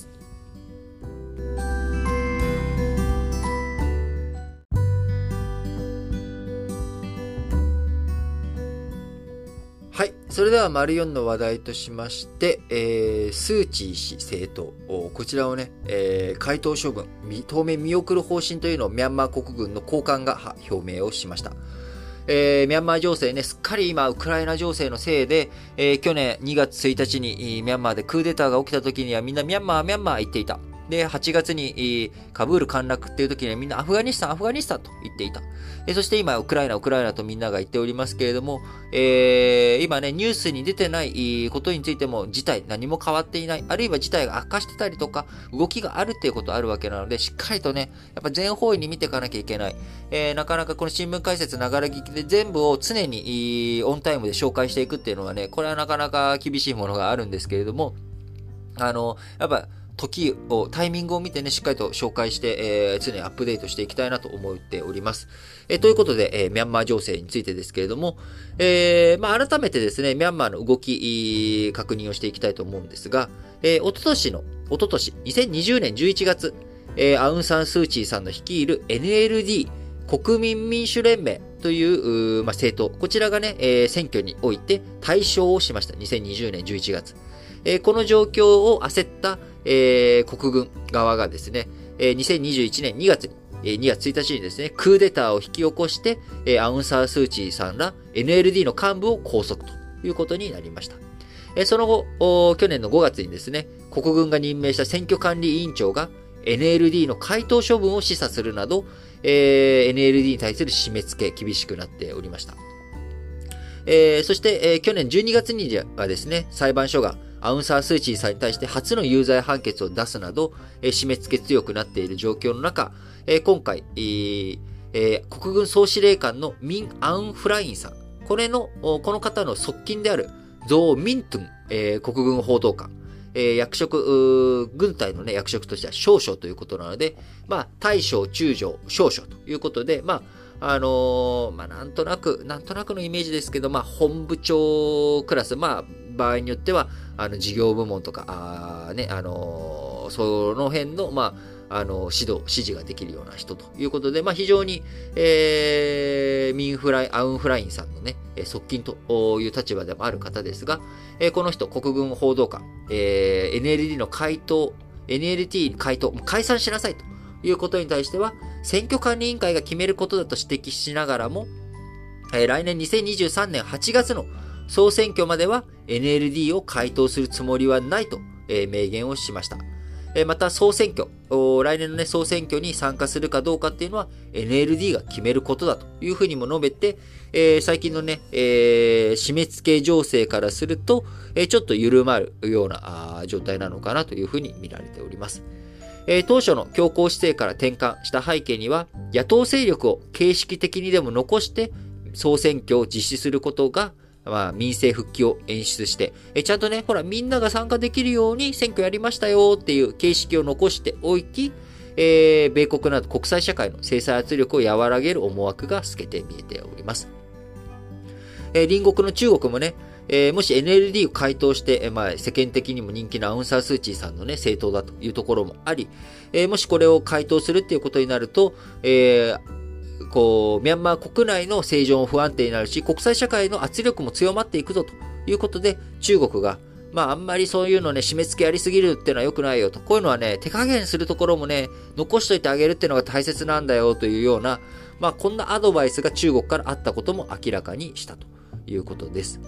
Speaker 1: はい。それでは、丸よんの話題としまして、えー、スー・チー氏政党。こちらをね、えー、回答処分、当面見送る方針というのをミャンマー国軍の高官が表明をしました。えー、ミャンマー情勢ね、すっかり今、ウクライナ情勢のせいで、えー、去年にがつついたちにミャンマーでクーデターが起きた時にはみんなミャンマー、ミャンマー言っていた。で、はちがつにカブール陥落っていう時にはみんなアフガニスタン、アフガニスタンと言っていた。えそして今、ウクライナ、ウクライナとみんなが言っておりますけれども、えー、今ね、ニュースに出てないことについても、事態何も変わっていない。あるいは事態が悪化してたりとか、動きがあるっていうことあるわけなので、しっかりとね、やっぱ全方位に見ていかなきゃいけない。えー、なかなかこの新聞解説、ながら聞きで全部を常にオンタイムで紹介していくっていうのはね、これはなかなか厳しいものがあるんですけれども、あの、やっぱ、時を、タイミングを見てね、しっかりと紹介して、えー、常にアップデートしていきたいなと思っております。えー、ということで、えー、ミャンマー情勢についてですけれども、えー、まあ、改めてですね、ミャンマーの動き、確認をしていきたいと思うんですが、えー、おととしの、おととし、にせんにじゅうねんじゅういちがつ、えー、アウン・サン・スー・チーさんの率いる エヌエルディー、国民民主連盟という、うまあ、政党、こちらがね、えー、選挙において大勝をしました。にせんにじゅうねんじゅういちがつ。えー、この状況を焦った、えー、国軍側がですね、えー、にせんにじゅういちねんにがつに、えー、にがつついたちにですね、クーデターを引き起こして、えー、アウン・サー・スー・チーさんら エヌエルディー の幹部を拘束ということになりました。えー、その後、去年のごがつにですね、国軍が任命した選挙管理委員長が エヌエルディー の回答処分を示唆するなど、えー、エヌエルディー に対する締め付け厳しくなっておりました。えー、そして、えー、去年じゅうにがつにはですね、裁判所がアウン・サー・スー・チーさんに対して初の有罪判決を出すなど、えー、締め付け強くなっている状況の中、えー、今回、えーえー、国軍総司令官のミン・アウン・フラインさん、これの、この方の側近であるゾー・ミントゥン、えー、国軍報道官、えー、役職、軍隊のね、役職としては少将ということなので、まあ、大将、中将、少将ということで、まあ、あのー、まあ、なんとなく、なんとなくのイメージですけど、まあ、本部長クラス、まあ、場合によっては、あの、事業部門とか、あね、あのー、その辺の、まあ、あの、指導、指示ができるような人ということで、まあ、非常に、えー、ミンフライ、アウンフラインさんのね、側近という立場でもある方ですが、えー、この人、国軍報道官、えー、エヌエルディー の回答、エヌエルティー 回答、解散しなさいということに対しては、選挙管理委員会が決めることだと指摘しながらも、えー、来年にせんにじゅうさんねんはちがつの総選挙までは エヌエルディー を回答するつもりはないと、えー、明言をしました。えー、また総選挙、来年のね、総選挙に参加するかどうかっていうのは エヌエルディー が決めることだというふうにも述べて、えー、最近のね、えー、締め付け情勢からすると、えー、ちょっと緩まるような状態なのかなというふうに見られております。えー、当初の強硬姿勢から転換した背景には、野党勢力を形式的にでも残して総選挙を実施することが、まあ、民政復帰を演出して、えー、ちゃんとね、ほら、みんなが参加できるように選挙やりましたよっていう形式を残しておき、えー、米国など国際社会の制裁圧力を和らげる思惑が透けて見えております。えー、隣国の中国もね、えー、もし エヌエルディー を回答して、えーまあ、世間的にも人気のアウン・サー・スー・チーさんのね、政党だというところもあり、えー、もしこれを回答するっていうことになると、えー、こう、ミャンマー国内の政情も不安定になるし、国際社会の圧力も強まっていくぞということで、中国が、まあ、あんまりそういうのね、締め付けやりすぎるっていうのは良くないよと。こういうのはね、手加減するところもね、残しといてあげるっていうのが大切なんだよというような、まあ、こんなアドバイスが中国からあったことも明らかにしたということです。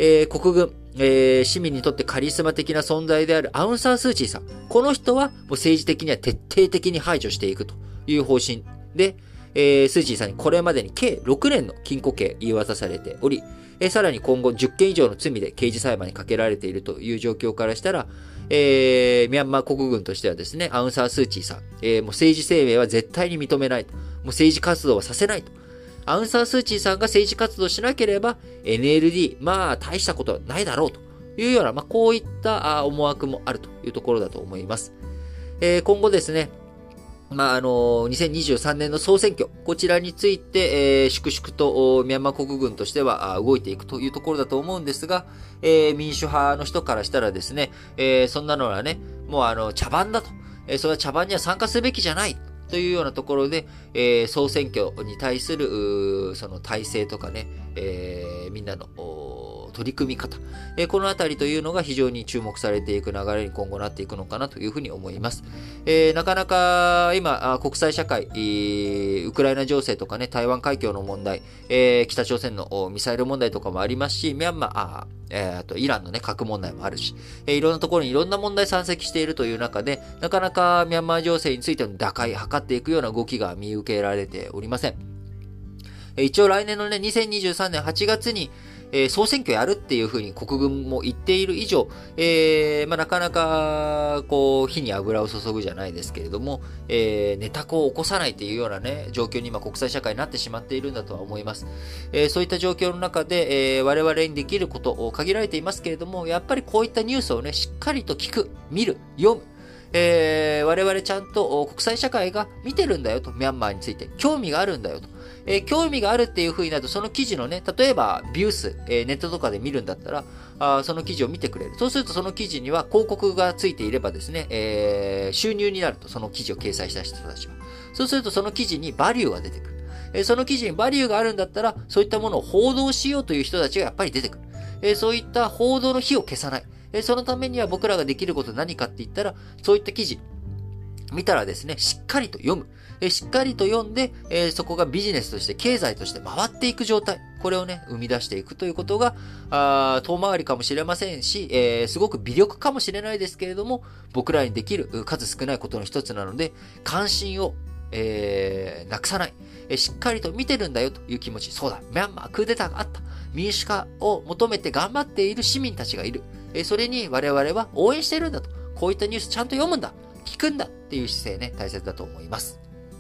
Speaker 1: えー、国軍、えー、市民にとってカリスマ的な存在であるアウンサン・スー・チーさん。この人はもう政治的には徹底的に排除していくという方針で、えー、スー・チーさんにこれまでに計ろくねんの禁錮刑言い渡されており、えー、さらに今後じゅっけん以上の罪で刑事裁判にかけられているという状況からしたら、えー、ミャンマー国軍としてはですね、アウンサン・スー・チーさん、えー、もう政治生命は絶対に認めないと。もう政治活動はさせないと。アウンサン・スー・チーさんが政治活動しなければ エヌエルディー、まあ大したことはないだろうというような、まあこういった思惑もあるというところだと思います。えー、今後ですね、まあ、あの、にせんにじゅうさんねんの総選挙、こちらについて、えー、粛々とミャンマー国軍としては動いていくというところだと思うんですが、えー、民主派の人からしたらですね、えー、そんなのはね、もうあの、茶番だと。えー、それは茶番には参加すべきじゃない。というようなところで、えー、総選挙に対する、その体制とかね、えー、みんなの取り組み方、えー、このあたりというのが非常に注目されていく流れに今後なっていくのかなというふうに思います。えー、なかなか今、国際社会、ウクライナ情勢とかね、台湾海峡の問題、えー、北朝鮮のミサイル問題とかもありますし、ミャンマー、あえー、あとイランのね、核問題もあるし、えー、いろんなところにいろんな問題山積しているという中で、なかなかミャンマー情勢についての打開、図っていくような動きが見受けられておりません。えー、一応来年のね、にせんにじゅうさんねんはちがつに、えー、総選挙やるっていうふうに国軍も言っている以上、えー、まあ、なかなか、こう、火に油を注ぐじゃないですけれども、えー、ネタコを起こさないっていうようなね、状況に今国際社会になってしまっているんだとは思います。えー、そういった状況の中で、えー、我々にできることを限られていますけれども、やっぱりこういったニュースをね、しっかりと聞く、見る、読む、えー、我々ちゃんと国際社会が見てるんだよと、ミャンマーについて、興味があるんだよと。えー、興味があるっていう風になると、その記事のね、例えばビュース、えー、ネットとかで見るんだったら、あその記事を見てくれる。そうするとその記事には広告がついていればですね、えー、収入になると、その記事を掲載した人たちは。そうするとその記事にバリューが出てくる。えー、その記事にバリューがあるんだったら、そういったものを報道しようという人たちがやっぱり出てくる。えー、そういった報道の火を消さない。えー、そのためには僕らができることは何かって言ったら、そういった記事、見たらですね、しっかりと読む。えしっかりと読んで、えー、そこがビジネスとして、経済として回っていく状態。これをね、生み出していくということが、あ遠回りかもしれませんし、えー、すごく微力かもしれないですけれども、僕らにできる数少ないことの一つなので、関心を、えー、なくさない、えー。しっかりと見てるんだよという気持ち。そうだ、ミャンマークーデターがあった。民主化を求めて頑張っている市民たちがいる。えー、それに我々は応援してるんだと。こういったニュースちゃんと読むんだ。聞くんだっていう姿勢ね、大切だと思います。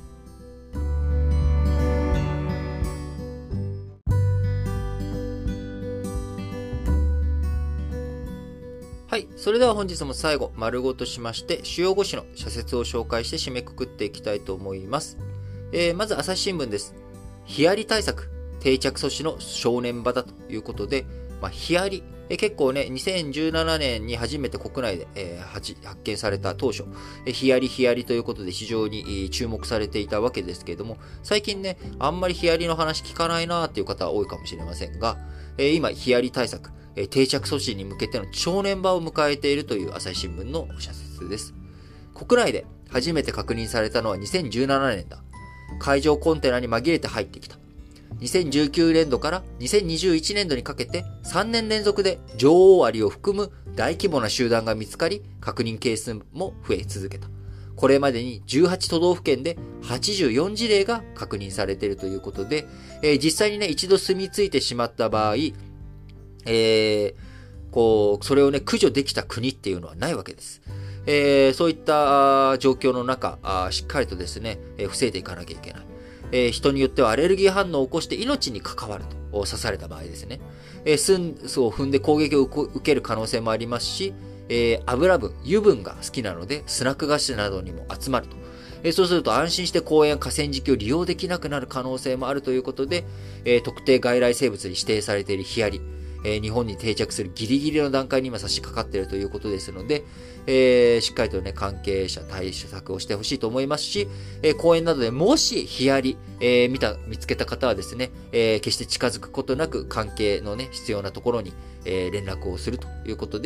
Speaker 1: はい。それでは本日も最後、丸ごとしまして、主要ご紙の社説を紹介して締めくくっていきたいと思います。えー、まず、朝日新聞です。ヒアリ対策、定着阻止の正念場だということで、まあ、ヒアリ、え結構ね、にせんじゅうななねんに初めて国内で、えー、発見された当初、えヒアリヒアリということで非常に注目されていたわけですけれども、最近ね、あんまりヒアリの話聞かないなーっていう方は多いかもしれませんが、えー、今、ヒアリ対策、えー、定着阻止に向けての正念場を迎えているという朝日新聞の社説です。国内で初めて確認されたのはにせんじゅうななねんだ。海上コンテナに紛れて入ってきた。にせんじゅうきゅうねんどからにせんにじゅういちねんどにかけてさんねん連続で女王アリを含む大規模な集団が見つかり、確認件数も増え続けた。これまでにじゅうはち都道府県ではちじゅうよんじれいが確認されているということで、えー、実際にね、一度住み着いてしまった場合、えー、こう、それをね、駆除できた国っていうのはないわけです。えー、そういった状況の中、しっかりとですね、えー、防いでいかなきゃいけない。えー、人によってはアレルギー反応を起こして命に関わると刺された場合ですね。えー、寸を踏んで攻撃を受ける可能性もありますし、えー、油分、油分が好きなのでスナック菓子などにも集まると。えー、そうすると安心して公園や河川敷を利用できなくなる可能性もあるということで、えー、特定外来生物に指定されているヒアリ、えー、日本に定着するギリギリの段階に今差し掛かっているということですので、えー、しっかりとね、関係者対策をしてほしいと思いますし、えー、公園などでもしヒアリ、えー、見た、見つけた方はですね、えー、決して近づくことなく関係のね、必要なところに、えー、連絡をするということで、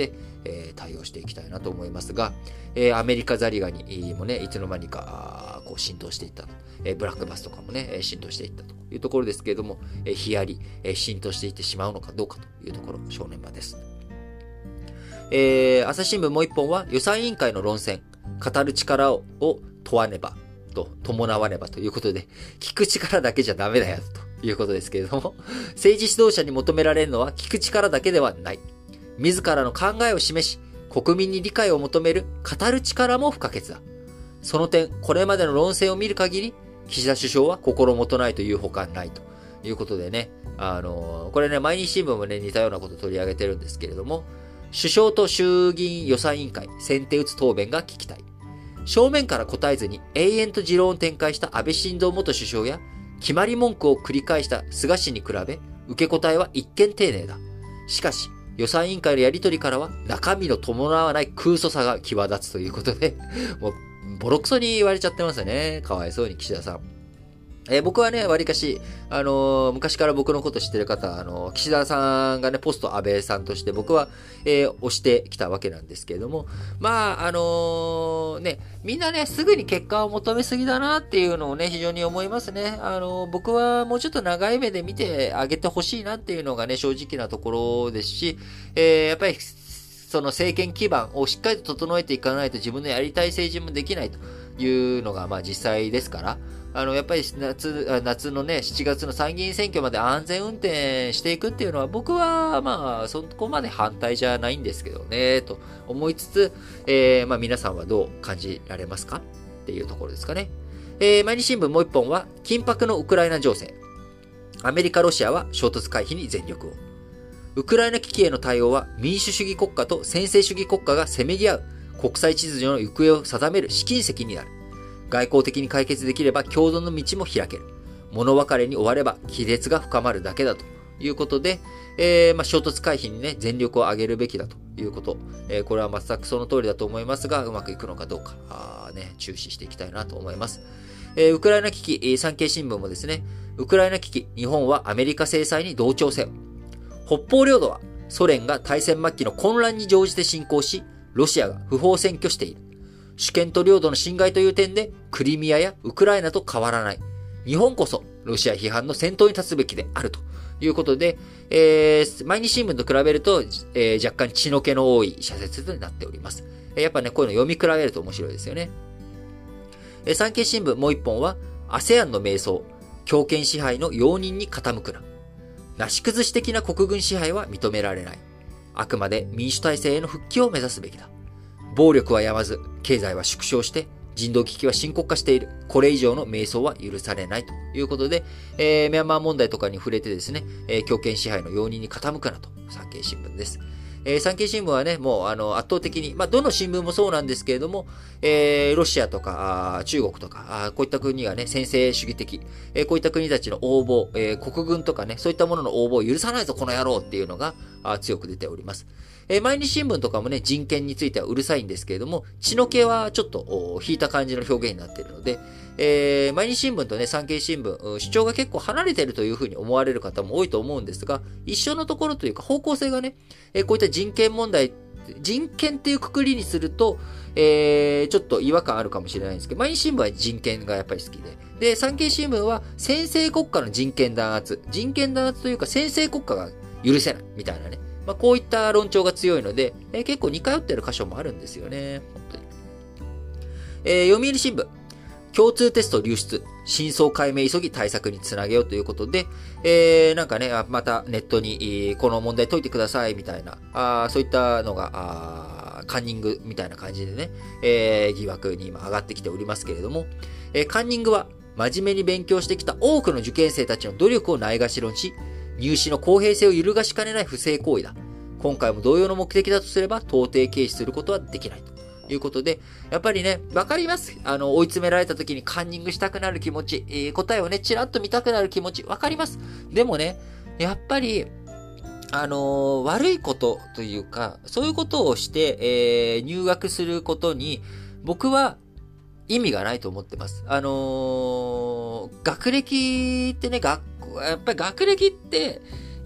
Speaker 1: えー、対応していきたいなと思いますが、えー、アメリカザリガニもね、いつの間にかこう浸透していったと、えー、ブラックバスとかもね、浸透していったというところですけれども、えー、ヒヤリ、えー、浸透していってしまうのかどうかというところ、正念場です。えー、朝日新聞もう一本は予算委員会の論戦、語る力を問わねばと、伴わねばということで、聞く力だけじゃダメだよということですけれども、政治指導者に求められるのは聞く力だけではない。自らの考えを示し、国民に理解を求める語る力も不可欠だ。その点、これまでの論戦を見る限り、岸田首相は心もとないというほかないということでね、あのー、これね、毎日新聞もね、似たようなことを取り上げてるんですけれども、首相と衆議院予算委員会、先手打つ答弁が聞きたい。正面から答えずに永遠と持論を展開した安倍晋三元首相や、決まり文句を繰り返した菅氏に比べ、受け答えは一見丁寧だ。しかし、予算委員会のやりとりからは、中身の伴わない空想さが際立つということで、もう、ボロクソに言われちゃってますよね。かわいそうに岸田さん。えー、僕はね、わりかし、あのー、昔から僕のこと知ってる方、あのー、岸田さんがね、ポスト安倍さんとして僕は、えー、推してきたわけなんですけれども、まあ、あのー、ね、みんなね、すぐに結果を求めすぎだなっていうのをね、非常に思いますね。あのー、僕はもうちょっと長い目で見てあげてほしいなっていうのがね、正直なところですし、えー、やっぱり、その政権基盤をしっかりと整えていかないと自分のやりたい政治もできないというのが、まあ実際ですから、あの、やっぱり夏、夏のね、しちがつの参議院選挙まで安全運転していくっていうのは、僕は、まあ、そこまで反対じゃないんですけどね、と思いつつ、えー、まあ皆さんはどう感じられますかっていうところですかね。えー、毎日新聞もう一本は、緊迫のウクライナ情勢。アメリカ、ロシアは衝突回避に全力を。ウクライナ危機への対応は民主主義国家と専制主義国家がせめぎ合う国際秩序の行方を定める試金石になる。外交的に解決できれば共存の道も開ける。物別れに終われば亀裂が深まるだけだということで、えー、まあ衝突回避にね、全力を挙げるべきだということ。えー、これは全くその通りだと思いますが、うまくいくのかどうか、あね、注視していきたいなと思います。えー、ウクライナ危機、産経新聞もですね、ウクライナ危機、日本はアメリカ制裁に同調せよ。北方領土はソ連が大戦末期の混乱に乗じて侵攻し、ロシアが不法占拠している。主権と領土の侵害という点で、クリミアやウクライナと変わらない。日本こそ、ロシア批判の先頭に立つべきであるということで、えー、毎日新聞と比べると、えー、若干血の気の多い社説となっております。やっぱね、こういうの読み比べると面白いですよね。えー、産経新聞もう一本は、アセアン の迷走、強権支配の容認に傾くな。なし崩し的な国軍支配は認められない。あくまで民主体制への復帰を目指すべきだ。暴力はやまず、経済は縮小して、人道危機は深刻化している。これ以上の迷走は許されないということで、えー、ミャンマー問題とかに触れてですね、えー、強権支配の容認に傾くなと、産経新聞です。えー、産経新聞はね、もうあの圧倒的に、まあ、どの新聞もそうなんですけれども、えー、ロシアとか、中国とか、こういった国がね、専制主義的、えー、こういった国たちの横暴、えー、国軍とかね、そういったものの横暴を許さないぞ、この野郎っていうのが強く出ております。えー、毎日新聞とかもね、人権についてはうるさいんですけれども、血の気はちょっと引いた感じの表現になっているので、えー、毎日新聞とね、産経新聞、主張が結構離れているというふうに思われる方も多いと思うんですが、一緒のところというか方向性がね、えー、こういった人権問題、人権っていうくくりにすると、えー、ちょっと違和感あるかもしれないんですけど、毎日新聞は人権がやっぱり好きで、で、産経新聞は専制国家の人権弾圧、人権弾圧というか専制国家が許せないみたいなね、まあ、こういった論調が強いので、えー、結構似通ってる箇所もあるんですよね。本当に。えー、読売新聞。共通テスト流出。真相解明急ぎ対策につなげようということで、えー、なんかね、またネットに、この問題解いてくださいみたいな、あそういったのが、あカンニングみたいな感じでね、えー、疑惑に今上がってきておりますけれども、えー、カンニングは真面目に勉強してきた多くの受験生たちの努力をないがしろにし、入試の公平性を揺るがしかねない不正行為だ。今回も同様の目的だとすれば到底軽視することはできないということで、やっぱりね、わかります。あの、追い詰められた時にカンニングしたくなる気持ち、えー、答えをね、ちらっと見たくなる気持ち、わかります。でもね、やっぱり、あのー、悪いことというか、そういうことをして、えー、入学することに、僕は意味がないと思ってます。あのー、学歴ってね、学やっぱり学歴って、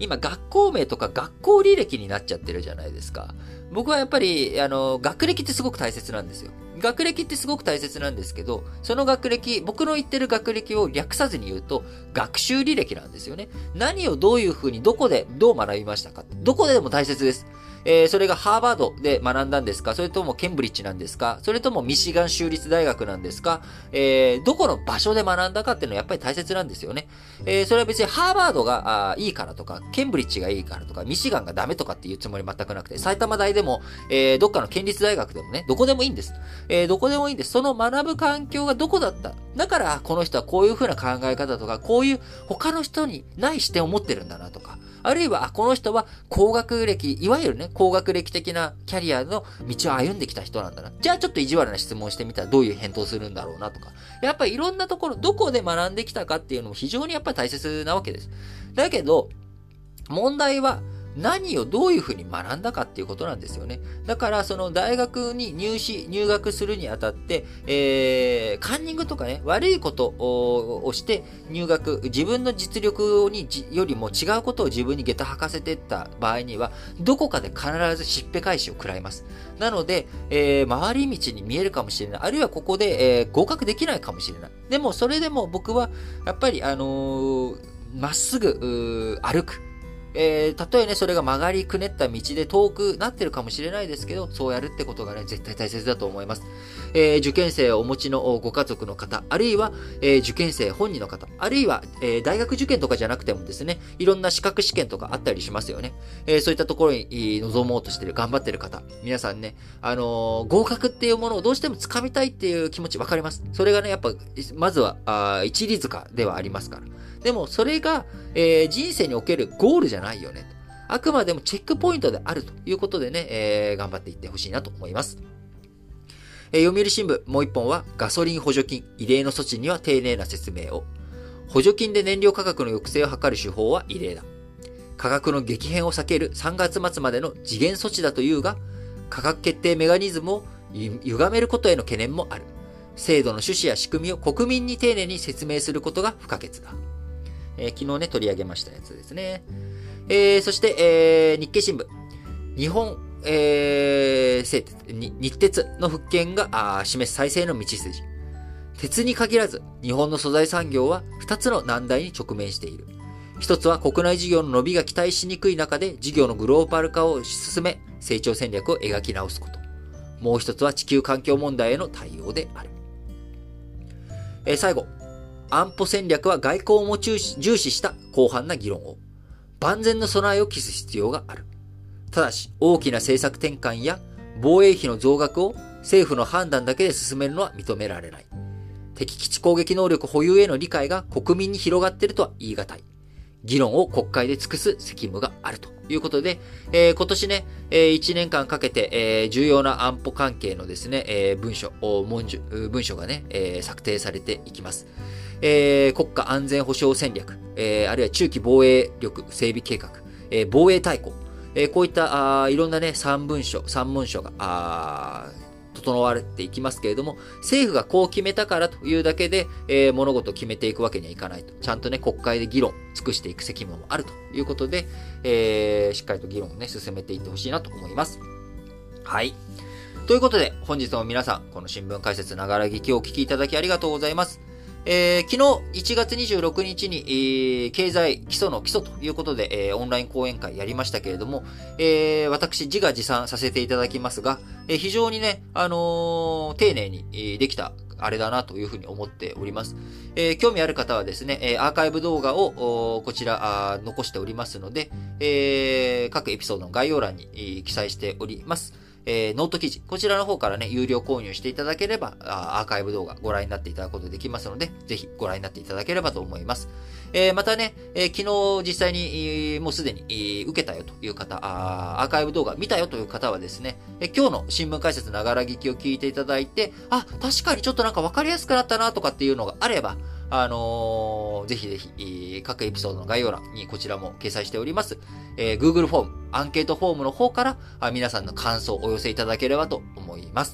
Speaker 1: 今学校名とか学校履歴になっちゃってるじゃないですか。僕はやっぱり、あの、学歴ってすごく大切なんですよ。学歴ってすごく大切なんですけど、その学歴、僕の言ってる学歴を略さずに言うと、学習履歴なんですよね。何をどういうふうに、どこで、どう学びましたか。どこでも大切です。えー、それがハーバードで学んだんですか？それともケンブリッジなんですか？それともミシガン州立大学なんですか？えー、どこの場所で学んだかっていうのはやっぱり大切なんですよね。えー、それは別にハーバードがあいいからとか、ケンブリッジがいいからとか、ミシガンがダメとかっていうつもり全くなくて、埼玉大でも、えー、どっかの県立大学でもね、どこでもいいんです。えー、どこでもいいんです。その学ぶ環境がどこだった。だから、この人はこういう風な考え方とか、こういう他の人にない視点を持ってるんだなとか、あるいは、あ、この人は高学歴、いわゆるね、高学歴的なキャリアの道を歩んできた人なんだな。じゃあちょっと意地悪な質問をしてみたらどういう返答するんだろうなとか。やっぱりいろんなところ、どこで学んできたかっていうのも非常にやっぱり大切なわけです。だけど、問題は、何をどういうふうに学んだかっていうことなんですよね。だから、その大学に入試、入学するにあたって、えー、カンニングとかね、悪いことをして入学、自分の実力によりも違うことを自分に下駄履かせていった場合には、どこかで必ずしっぺ返しを食らいます。なので、えー、回り道に見えるかもしれない。あるいはここで、えー、合格できないかもしれない。でも、それでも僕は、やっぱり、あのー、まっすぐ、歩く。えー、たとえね、それが曲がりくねった道で遠くなってるかもしれないですけど、そうやるってことがね、絶対大切だと思います。えー、受験生をお持ちのご家族の方、あるいは、えー、受験生本人の方、あるいは、えー、大学受験とかじゃなくてもですね、いろんな資格試験とかあったりしますよね。えー、そういったところに臨もうとしてる、頑張ってる方、皆さんね、あのー、合格っていうものをどうしても掴みたいっていう気持ちわかります。それがね、やっぱ、まずは、あ一里塚ではありますから。でも、それが、えー、人生におけるゴールじゃないよね。あくまでもチェックポイントであるということでね、えー、頑張っていってほしいなと思います。えー、読売新聞、もう一本は、ガソリン補助金、異例の措置には丁寧な説明を。補助金で燃料価格の抑制を図る手法は異例だ。価格の激変を避けるさんがつ末までの次元措置だというが、価格決定メカニズムを歪めることへの懸念もある。制度の趣旨や仕組みを国民に丁寧に説明することが不可欠だ。えー、昨日ね、取り上げましたやつですね。えー、そして、えー、日経新聞。日本、えー、製鉄、日鉄の復権が示す再生の道筋。鉄に限らず、日本の素材産業はふたつの難題に直面している。一つは国内事業の伸びが期待しにくい中で事業のグローバル化を進め、成長戦略を描き直すこと。もう一つは地球環境問題への対応である。えー、最後。安保戦略は外交も重視した広範な議論を。万全の備えを期す必要がある。ただし、大きな政策転換や防衛費の増額を政府の判断だけで進めるのは認められない。敵基地攻撃能力保有への理解が国民に広がっているとは言い難い。議論を国会で尽くす責務があるということで、えー、今年ね、えー、いちねんかんかけて、えー、重要な安保関係のですね、えー、文書、文書、文書がね、えー、策定されていきます。えー、国家安全保障戦略、えー、あるいは中期防衛力整備計画、えー、防衛大綱、えー、こういったあいろんなね、三文書、三文書があ整われていきますけれども、政府がこう決めたからというだけで、えー、物事を決めていくわけにはいかないと。ちゃんとね、国会で議論、尽くしていく責務もあるということで、えー、しっかりと議論をね、進めていってほしいなと思います。はい。ということで、本日も皆さん、この新聞解説ながら聞きをお聞きいただきありがとうございます。えー、昨日いちがつにじゅうろくにちに、えー、経済基礎の基礎ということで、えー、オンライン講演会やりましたけれども、えー、私自画自賛させていただきますが、えー、非常にね、あのー、丁寧に、えー、できたあれだなというふうに思っております。えー、興味ある方はですね、えー、アーカイブ動画をこちら残しておりますので、えー、各エピソードの概要欄に、えー、記載しております。えー、ノート記事、こちらの方からね、有料購入していただければ、アーカイブ動画ご覧になっていただくことができますので、ぜひご覧になっていただければと思います。えー、またね、えー、昨日実際に、えー、もうすでに、えー、受けたよという方、アーカイブ動画見たよという方はですね、えー、今日の新聞解説ながら聞きを聞いていただいて、あ、確かにちょっとなんかわかりやすくなったなとかっていうのがあれば、あのー、ぜひぜひ、えー、各エピソードの概要欄にこちらも掲載しております。えー、Google フォーム、アンケートフォームの方からあ皆さんの感想をお寄せいただければと思います。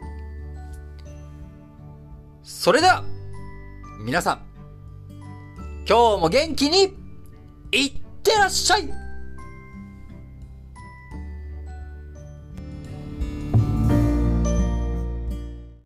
Speaker 1: それでは、皆さん、今日も元気に、いっってらっしゃい。